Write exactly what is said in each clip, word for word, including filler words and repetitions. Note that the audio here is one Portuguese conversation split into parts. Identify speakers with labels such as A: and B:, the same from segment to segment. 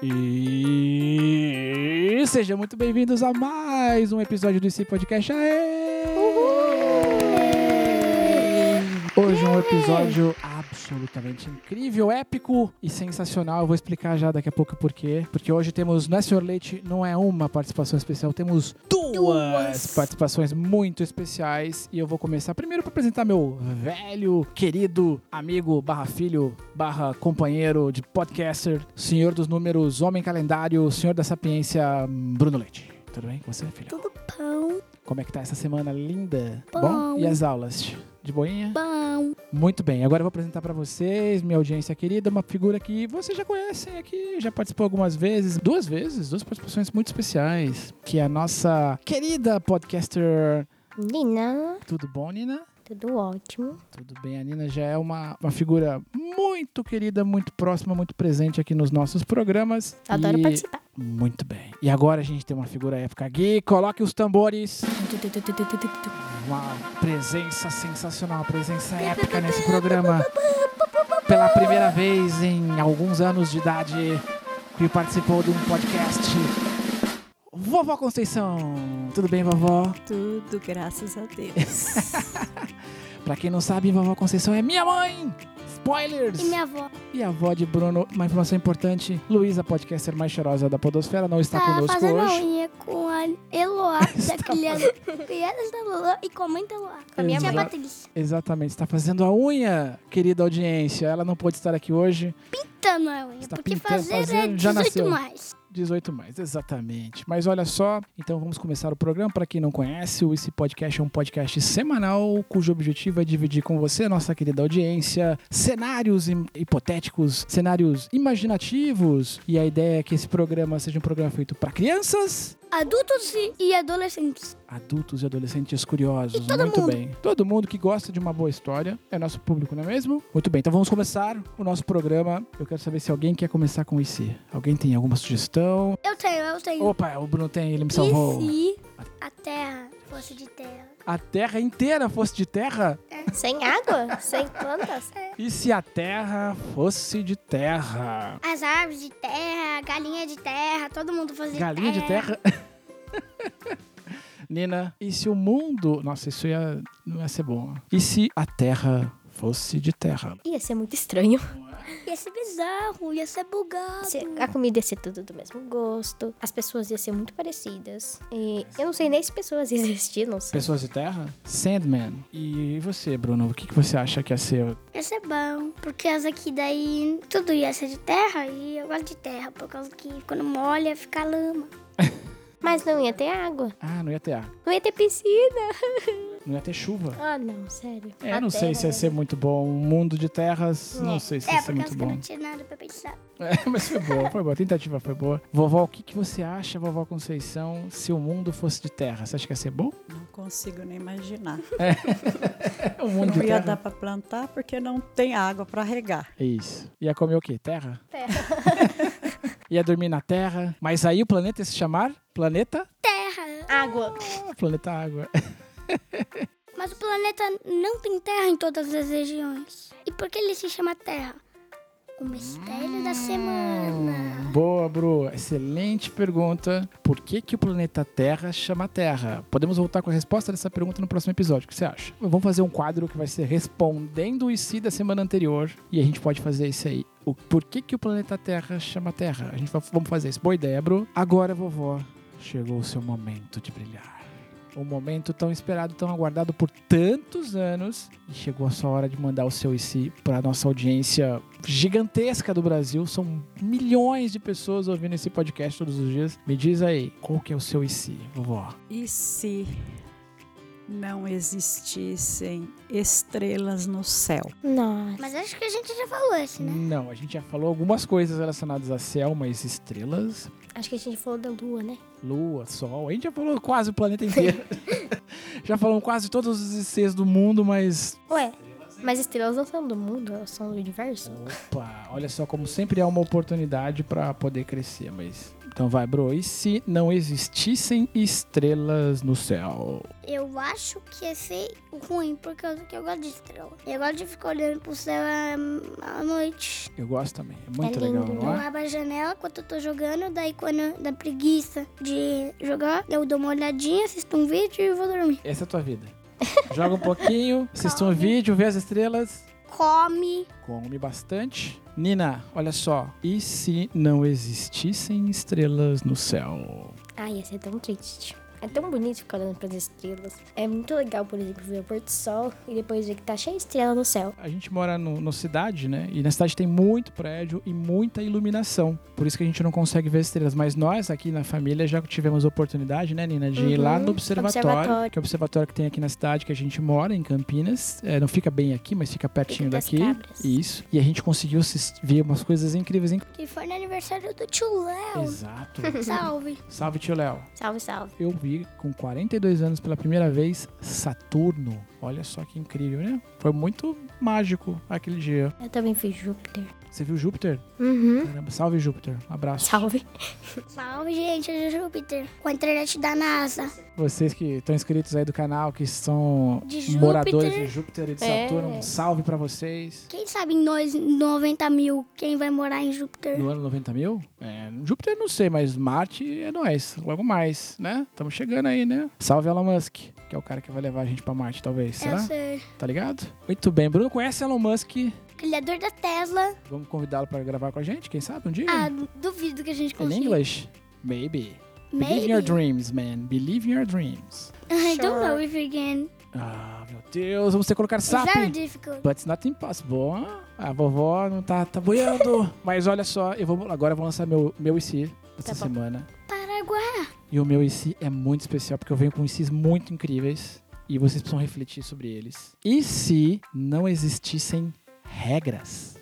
A: E sejam muito bem-vindos a mais um episódio do I C Podcast. Aê! Hoje um episódio absolutamente incrível, épico e sensacional. Eu vou explicar já daqui a pouco por quê. Porque hoje temos, não é, senhor Leite, não é uma participação especial, temos duas, duas. participações muito especiais. E eu vou começar primeiro para apresentar meu velho, querido amigo, barra filho, barra companheiro de podcaster, senhor dos números, homem calendário, senhor da sapiência, Bruno Leite. Tudo bem com você, filho?
B: Tudo bom.
A: Como é que tá essa semana linda?
B: Bom.
A: Bom? E as aulas? De boinha?
B: Bom.
A: Muito bem, agora eu vou apresentar pra vocês, minha audiência querida, uma figura que vocês já conhecem aqui, já participou algumas vezes, duas vezes, duas participações muito especiais, que é a nossa querida podcaster...
B: Nina.
A: Tudo bom, Nina?
B: Tudo ótimo.
A: Tudo bem, a Nina já é uma, uma figura muito querida, muito próxima, muito presente aqui nos nossos programas.
B: Adoro
A: e...
B: participar.
A: Muito bem. E agora a gente tem uma figura épica aqui, coloque os tambores. Uma presença sensacional, uma presença épica nesse programa. Pela primeira vez em alguns anos de idade, que participou de um podcast. Vovó Conceição. Tudo bem, vovó?
C: Tudo, graças a Deus.
A: Pra quem não sabe, vovó Conceição é minha mãe. Spoilers!
B: E minha avó.
A: E a avó de Bruno, uma informação importante, Luísa, podcaster mais cheirosa da podosfera, não está
B: Tá
A: conosco
B: fazendo
A: hoje.
B: a unha com a Eloá, da criança, criança da Lula e com a mãe da Eloá. Com a minha
A: Exato.
B: tia Patrícia.
A: Exatamente, está fazendo a unha, querida audiência. Ela não pôde estar aqui hoje.
B: Pintando a unha,
A: Está
B: porque
A: pintando,
B: fazer
A: fazendo,
B: é
A: já
B: dezoito
A: nasceu.
B: mais.
A: dezoito mais, exatamente. Mas olha só, então vamos começar o programa. Para quem não conhece, o Esse Podcast é um podcast semanal cujo objetivo é dividir com você, nossa querida audiência, cenários hipotéticos, cenários imaginativos. E a ideia é que esse programa seja um programa feito para crianças,
B: Adultos e adolescentes.
A: adultos e adolescentes curiosos.
B: E todo
A: Muito
B: mundo.
A: bem. Todo mundo que gosta de uma boa história é nosso público, não é mesmo? Muito bem, então vamos começar o nosso programa. Eu quero saber se alguém quer começar com I C. Alguém tem alguma sugestão?
B: Eu tenho, eu tenho.
A: Opa, o Bruno tem, ele me salvou.
B: E se a terra fosse de terra?
A: A terra inteira fosse de terra?
B: Sem água? Sem plantas? É.
A: E se a terra fosse de terra?
B: As árvores de terra, galinha de terra, todo mundo fosse de
A: Galinha de terra? Nina, e se o mundo... Nossa, isso ia... não ia ser bom. E se a terra fosse de terra?
C: Ia ser muito estranho.
B: Ia ser bizarro, ia ser bugado.
C: Se- A comida ia ser tudo do mesmo gosto. As pessoas iam ser muito parecidas. E eu não sei nem se pessoas existiam, não sei.
A: Pessoas de terra? Sandman. E você, Bruno? O que, que você acha que ia ser?
B: Ia ser bom, porque as aqui daí tudo ia ser de terra e eu gosto de terra, por causa que quando molha fica lama.
C: Mas não ia ter água.
A: Ah, não ia ter água.
C: Não ia ter piscina.
A: Não ia ter chuva.
C: Ah, não, sério.
A: É,
C: A
A: não sei
C: terra
A: se ia ser muito bom. Um mundo de terras, não
C: É.
A: sei se
B: É,
A: ia ser
B: por
A: muito
B: causa que eu
A: bom.
B: não tinha nada pra pensar.
A: É, mas foi boa, foi boa. A tentativa foi boa. Vovó, o que, que você acha, vovó Conceição, se o mundo fosse de terra? Você acha que ia ser bom?
D: Não consigo nem imaginar.
A: O mundo
D: Não
A: de
D: ia
A: terra.
D: dar para plantar porque não tem água para regar.
A: É isso. Ia comer o quê? Terra?
B: Terra.
A: Ia dormir na terra. Mas aí o planeta ia se chamar Planeta?
B: Terra.
C: Água.
A: Ah, Planeta Água.
B: Mas o planeta não tem terra em todas as regiões. E por que ele se chama Terra? O mistério da semana.
A: Boa, Bru. Excelente pergunta. Por que, que o planeta Terra chama Terra? Podemos voltar com a resposta dessa pergunta no próximo episódio. O que você acha? Vamos fazer um quadro que vai ser respondendo o I C da semana anterior. E a gente pode fazer isso aí. O por que, que o planeta Terra chama Terra? A gente vai, vamos fazer isso. Boa ideia, Bru. Agora, vovó, chegou o seu momento de brilhar. Um momento tão esperado, tão aguardado por tantos anos. E chegou a sua hora de mandar o seu I C para a nossa audiência gigantesca do Brasil. São milhões de pessoas ouvindo esse podcast todos os dias. Me diz aí, qual que é o seu I C, vovó?
D: E se não existissem estrelas no céu?
C: Nossa.
B: Mas acho que a gente já falou esse, né?
A: Não, a gente já falou algumas coisas relacionadas a céu, mas estrelas,
C: Acho que a gente falou da lua, né?
A: lua, sol, a gente já falou quase o planeta inteiro. Já falamos quase todos os I Cs do mundo, mas...
C: Ué, mas estrelas não são do mundo, elas são do universo.
A: Opa, olha só como sempre há uma oportunidade para poder crescer, mas Então vai, bro. E se não existissem estrelas no céu?
B: Eu acho que ia ser ruim, porque eu, porque eu gosto de estrela. Eu gosto de ficar olhando pro céu à, à noite.
A: Eu gosto também. É muito
C: É lindo,
A: legal,
B: Eu
A: não é?
B: abro a janela quando eu tô jogando, daí quando dá preguiça de jogar, eu dou uma olhadinha, assisto um vídeo e vou dormir.
A: Essa é a tua vida. Joga um pouquinho, assiste um vídeo, vê as estrelas,
B: Come.
A: come bastante. Nina, olha só. E se não existissem estrelas no céu?
C: Ai, ia ser tão triste. É tão bonito ficar olhando para as estrelas. É muito legal, por exemplo, ver o pôr do sol e depois ver que tá cheio de estrela no céu.
A: A gente mora no, no cidade, né? E na cidade tem muito prédio e muita iluminação. Por isso que a gente não consegue ver estrelas. Mas nós aqui na família já tivemos a oportunidade, né, Nina? De ir lá no observatório,
C: observatório.
A: que é o observatório que tem aqui na cidade, que a gente mora, em Campinas. É, não fica bem aqui, mas fica pertinho
C: Fica das
A: daqui.
C: Cabras.
A: Isso. E a gente conseguiu assist- ver umas coisas incríveis. Hein?
B: Que foi no aniversário do tio Léo.
A: Exato.
B: Salve.
A: Salve, tio Léo.
C: Salve, salve.
A: Eu vi com quarenta e dois anos pela primeira vez Saturno. Olha só que incrível, né? Foi muito mágico aquele dia.
C: Eu também fiz Júpiter.
A: Você viu Júpiter?
C: Uhum.
A: Caramba, salve Júpiter. Um abraço.
C: Salve.
B: Salve, gente, é o Júpiter. Com a internet da NASA.
A: Vocês que estão inscritos aí do canal, que são
B: De Júpiter.
A: moradores de Júpiter e de
C: É.
A: Saturno, um salve pra vocês.
B: Quem sabe em nós, noventa mil, quem vai morar em Júpiter?
A: No ano noventa mil? É, Júpiter não sei, mas Marte é nós. Logo mais, né? Estamos chegando aí, né? Salve Elon Musk, que é o cara que vai levar a gente pra Marte, talvez. Será?
B: Eu sei.
A: Tá ligado? Muito bem. Bruno conhece Elon Musk.
B: Criador da Tesla.
A: Vamos convidá-lo pra gravar com a gente, quem sabe um dia?
B: Ah, duvido que a gente
A: In
B: consiga.
A: English? Maybe. Believe in
B: Maybe.
A: your dreams, man. Believe in your dreams.
B: I don't
C: Sure.
B: know if we can.
A: Ah, meu Deus, vamos ter que colocar
B: It's very
A: sapo.
B: difficult.
A: But it's not impossible. Ah, a vovó não tá, tá boiando. Mas olha só, eu vou, agora eu vou lançar meu, meu I C essa
C: Tá bom.
A: semana.
B: Paraguai.
A: E o meu I C é muito especial, porque eu venho com I Cs muito incríveis. E vocês precisam refletir sobre eles. E se não existissem regras?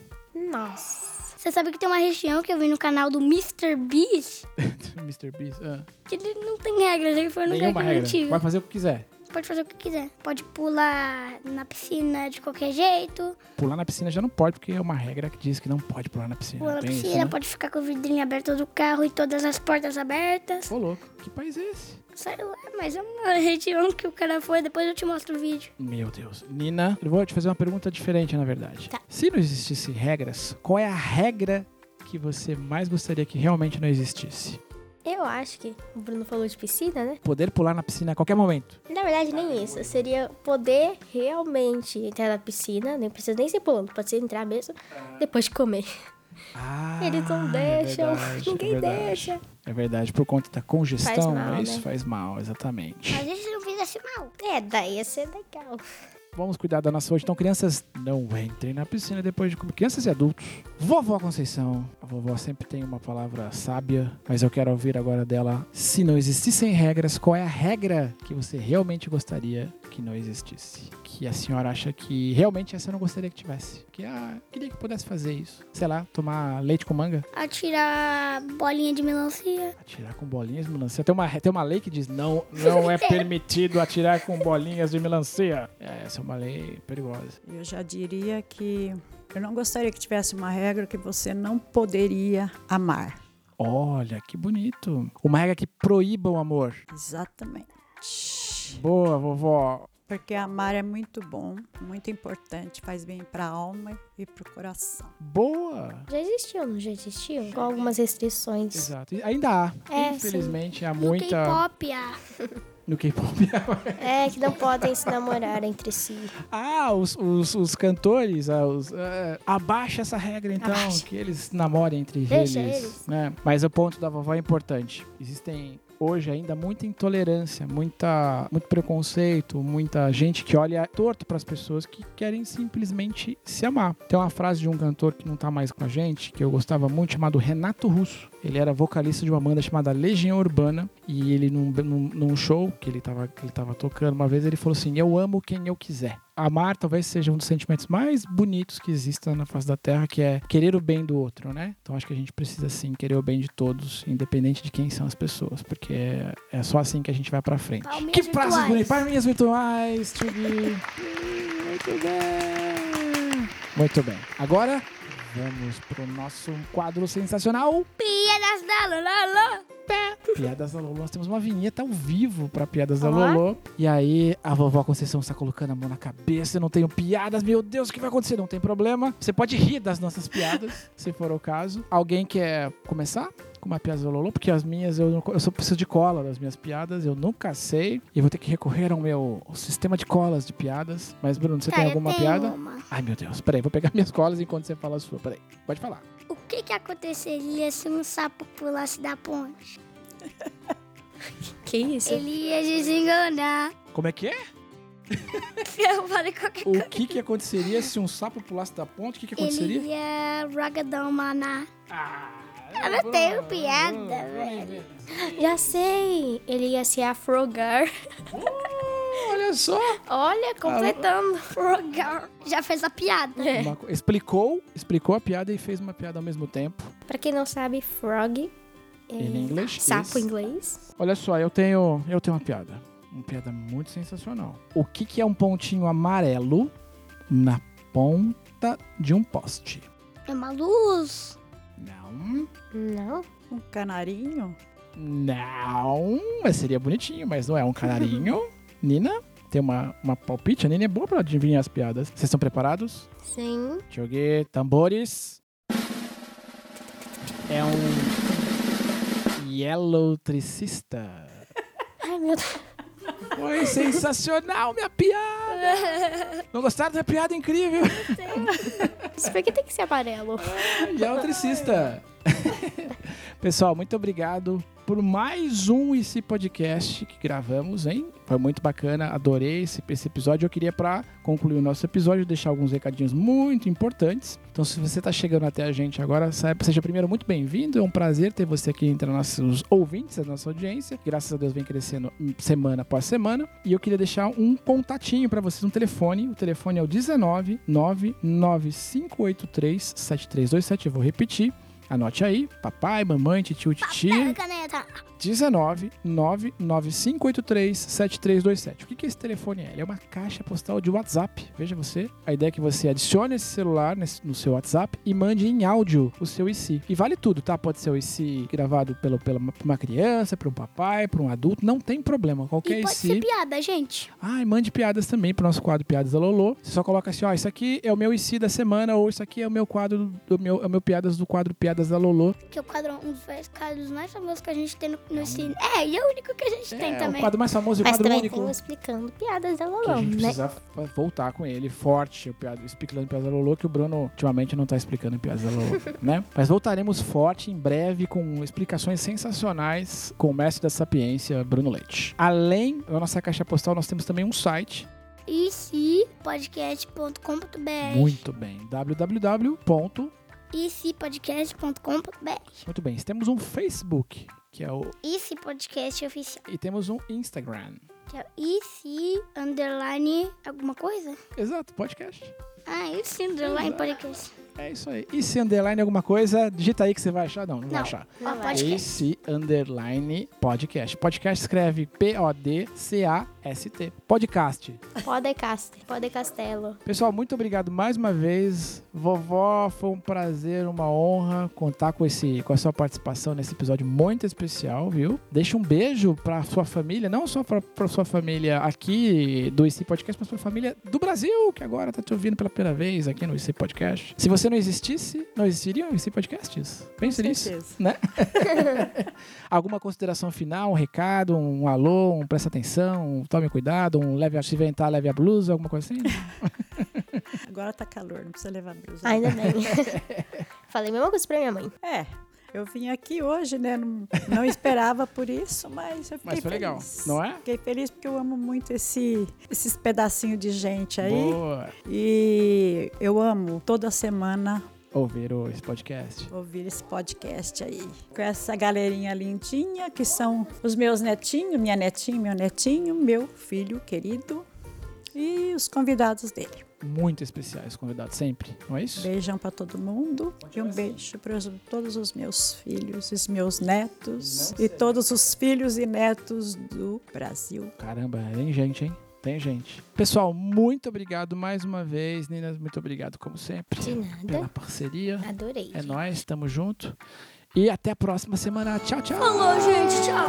C: Nossa.
B: Você sabe que tem uma região que eu vi no canal do mister Beast
A: mister Beast? Ah,
B: que ele não tem regras, ele foi no lugar
A: nenhuma regra.
B: criativo.
A: Vai fazer o que quiser.
B: Pode fazer o que quiser. Pode pular na piscina de qualquer jeito.
A: Pular na piscina já não pode, porque é uma regra que diz que não pode pular na piscina.
B: Pular na
A: Tem isso,
B: piscina,
A: né?
B: pode ficar com o vidrinho aberto do carro e todas as portas abertas.
A: Ô, louco, que país é esse?
B: Sei lá, mas é uma região que o cara foi, depois eu te mostro o vídeo.
A: Meu Deus. Nina, eu vou te fazer uma pergunta diferente, na verdade.
C: Tá.
A: Se não existissem regras, qual é a regra que você mais gostaria que realmente não existisse?
C: Eu acho que o Bruno falou de piscina, né?
A: Poder pular na piscina a qualquer momento.
C: Na verdade, nem isso. Seria poder realmente entrar na piscina. Nem precisa nem ser pulando, pode ser entrar mesmo depois de comer.
A: Ah,
C: Eles não
A: é
C: deixam,
A: verdade,
C: ninguém
A: é verdade.
C: deixa.
A: É verdade, por conta da congestão,
C: Faz mal,
A: é isso?
C: né?
A: Faz mal, exatamente.
B: Mas e se não fizesse mal?
C: É, daí ia ser legal.
A: Vamos cuidar da nossa saúde. Então, crianças, não entrem na piscina depois de comer. Crianças e adultos. Vovó Conceição. A vovó sempre tem uma palavra sábia, mas eu quero ouvir agora dela. Se não existissem regras, qual é a regra que você realmente gostaria que não existisse? Que a senhora acha que realmente essa eu não gostaria que tivesse? Que ah, queria que pudesse fazer isso. Sei lá, tomar leite com manga?
B: Atirar bolinha de melancia.
A: Atirar com bolinhas de melancia. Tem uma, tem uma lei que diz não, não é permitido atirar com bolinhas de melancia. É, essa é uma lei perigosa.
D: Eu já diria que eu não gostaria que tivesse uma regra que você não poderia amar.
A: Olha, que bonito. Uma regra que proíba o amor.
D: Exatamente.
A: Boa, vovó.
D: Porque amar é muito bom, muito importante, faz bem para a alma e para o coração.
A: Boa.
C: Já existiu, não já existiu? Com algumas restrições.
A: Exato. E ainda há.
C: É,
A: Infelizmente, há
B: No
A: muita...
B: K-pop, ah.
A: No K-pop.
C: É, que não podem se namorar entre si.
A: Ah, os, os, os cantores, ah, os, ah, abaixa essa regra então,
C: Abaixa.
A: que eles namorem entre
C: Deixa
A: eles.
C: eles.
A: Né? Mas o ponto da vovó é importante. Existem hoje ainda muita intolerância, muita, muito preconceito, muita gente que olha torto para as pessoas que querem simplesmente se amar. Tem uma frase de um cantor que não tá mais com a gente, que eu gostava muito, chamado Renato Russo. Ele era vocalista de uma banda chamada Legião Urbana e ele num, num, num show que ele tava, que ele tava tocando uma vez, ele falou assim: eu amo quem eu quiser. Amar talvez seja um dos sentimentos mais bonitos que existam na face da Terra, que é querer o bem do outro, né? Então acho que a gente precisa sim querer o bem de todos, independente de quem são as pessoas, porque é, é só assim que a gente vai pra frente.
B: Palminhas
A: Que frases
B: virtuais.
A: bonitas! Palminhas virtuais, Tchugui! Hum, Muito bem. Muito bem. Agora, vamos pro nosso quadro sensacional.
B: Piadas da Lolô.
A: Piadas da Lolô. Nós temos uma vinheta ao vivo pra Piadas da
C: Olá.
A: Lolô. E aí, a vovó Conceição está colocando a mão na cabeça. Eu não tenho piadas. Meu Deus, o que vai acontecer? Não tem problema. Você pode rir das nossas piadas, se for o caso. Alguém quer começar com uma piada da Lolô? Porque as minhas, eu, não, eu só preciso de cola das minhas piadas. Eu nunca sei. E vou ter que recorrer ao meu sistema de colas de piadas. Mas, Bruno, você
B: Tá,
A: tem
B: eu
A: alguma
B: tenho
A: piada?
B: uma.
A: Ai, meu Deus. Peraí, vou pegar minhas colas enquanto você fala a sua. Peraí, pode falar.
B: O que que aconteceria se um sapo pulasse da ponte?
C: Que isso?
B: Ele ia desenganar.
A: Como é que é?
B: Eu falei qualquer coisa.
A: O que que aconteceria se um sapo pulasse da ponte? O que que
B: Ele
A: aconteceria?
B: ia ragadão maná.
A: Ah,
B: Eu não tenho piada, velho.
C: Já sei. Ele ia se afrogar.
A: Olha só.
C: Olha, completando.
B: Rogar. Já fez a piada.
C: É.
A: Uma co- explicou, explicou a piada e fez uma piada ao mesmo tempo.
C: Pra quem não sabe, frog é
A: In English
C: sapo
A: is-
C: em inglês.
A: Olha só, eu tenho, eu tenho uma piada. Uma piada muito sensacional. O que que é um pontinho amarelo na ponta de um poste?
B: É uma luz.
A: Não.
C: Não.
D: Um canarinho?
A: Não. Mas seria bonitinho, mas não é um canarinho. Nina, tem uma, uma palpite? A Nina é boa pra adivinhar as piadas. Vocês estão preparados?
C: Sim.
A: Joguei tambores. É um eletricista.
C: Ai, meu Deus.
A: Foi sensacional, minha piada! Não gostaram da piada incrível?
C: Isso por que tem que ser amarelo?
A: E eletricista. Pessoal, muito obrigado por mais um esse podcast que gravamos, hein? Foi muito bacana, adorei esse, esse episódio. Eu queria, para concluir o nosso episódio, deixar alguns recadinhos muito importantes. Então, se você está chegando até a gente agora, saiba, seja primeiro muito bem-vindo. É um prazer ter você aqui entre nossos ouvintes, a nossa audiência. Graças a Deus vem crescendo semana após semana. E eu queria deixar um contatinho para vocês, um telefone. O telefone é o dezenove, nove nove cinco oito três, sete três dois sete. Eu vou repetir. Anote aí, papai, mamãe, titio, titia.
B: Pega a caneta.
A: dezenove, nove nove cinco oito três, sete três dois sete. O que que esse telefone é? Ele é uma caixa postal de WhatsApp. Veja você. A ideia é que você adicione esse celular nesse- no seu WhatsApp e mande em áudio o seu I C. E vale tudo, tá? Pode ser o I C gravado pelo, pela, por uma criança, por um papai, por um adulto. Não tem problema. Qualquer
B: E pode
A: I C.
B: ser piada, gente.
A: Ah, e mande piadas também pro nosso quadro Piadas da Lolô. Você só coloca assim, ó, isso aqui é o meu I C da semana, ou isso aqui é o meu quadro, do meu, é o meu piadas do quadro Piadas da Lolô.
B: Que é o quadro, um dos quadros mais famosos que a gente tem no, no cine. É, e é o único que a gente tem
A: É,
B: também.
A: o quadro mais famoso e o
C: Mas
A: quadro
C: também
A: único.
C: tem o explicando piadas da
A: Que a
C: Lolô,
A: gente
C: né?
A: precisa fa- voltar com ele forte, o piada, explicando Piadas da Lolô, que o Bruno ultimamente não tá explicando Piadas da Lolô, né? Mas voltaremos forte em breve com explicações sensacionais com o mestre da sapiência, Bruno Leite. Além da nossa caixa postal, nós temos também um site.
B: E se podcast ponto com ponto b r.
A: Muito bem, www.
B: E se podcast ponto com ponto b r.
A: Muito bem, temos um Facebook, que é o...
B: E se podcast oficial.
A: E temos um Instagram.
B: Que é o E se underline alguma coisa?
A: Exato, podcast.
B: Ah, E se underline podcast.
A: É isso aí. E se underline alguma coisa, digita aí que você vai achar. Não, não, vai
B: Não.
A: achar.
B: Ó,
C: Não vai.
B: podcast.
A: Esse underline podcast. Podcast escreve P O D C A S T. Podcast.
C: Podcast. Podcastelo.
A: Pessoal, muito obrigado mais uma vez. Vovó, foi um prazer, uma honra contar com, esse, com a sua participação nesse episódio muito especial, viu? Deixa um beijo pra sua família, não só pra, pra sua família aqui do I C Podcast, mas pra família do Brasil, que agora tá te ouvindo pela primeira vez aqui no I C Podcast. Se você não existisse, não existiriam I C Podcasts? Pense
D: Com
A: nisso,
D: certeza.
A: né? Alguma consideração final, um recado, um alô, um presta atenção, um tome cuidado, um leve a se ventar, leve a blusa, alguma coisa assim?
D: Agora tá calor, não precisa levar blusa.
C: Ainda bem. Falei a mesma coisa pra minha mãe.
D: É, eu vim aqui hoje, né? Não, não esperava por isso, mas eu fiquei
A: Mas foi legal,
D: feliz.
A: não é?
D: Fiquei feliz porque eu amo muito esse, esses pedacinhos de gente aí.
A: Boa.
D: E eu amo toda semana
A: Ouvir o- esse podcast.
D: ouvir esse podcast aí. Com essa galerinha lindinha, que são os meus netinhos, minha netinha, meu netinho, meu filho querido e os convidados dele.
A: Muito especiais convidados sempre, não é isso?
D: Beijão para todo mundo e um beijo para todos os meus filhos, os meus netos e todos os filhos e netos do Brasil.
A: Caramba, hein, gente, hein? Tem gente. Pessoal, muito obrigado mais uma vez. Nina, muito obrigado, como sempre.
C: De nada.
A: Pela parceria.
C: Adorei.
A: É nóis, tamo junto. E até a próxima semana. Tchau, tchau.
B: Falou, gente. Tchau.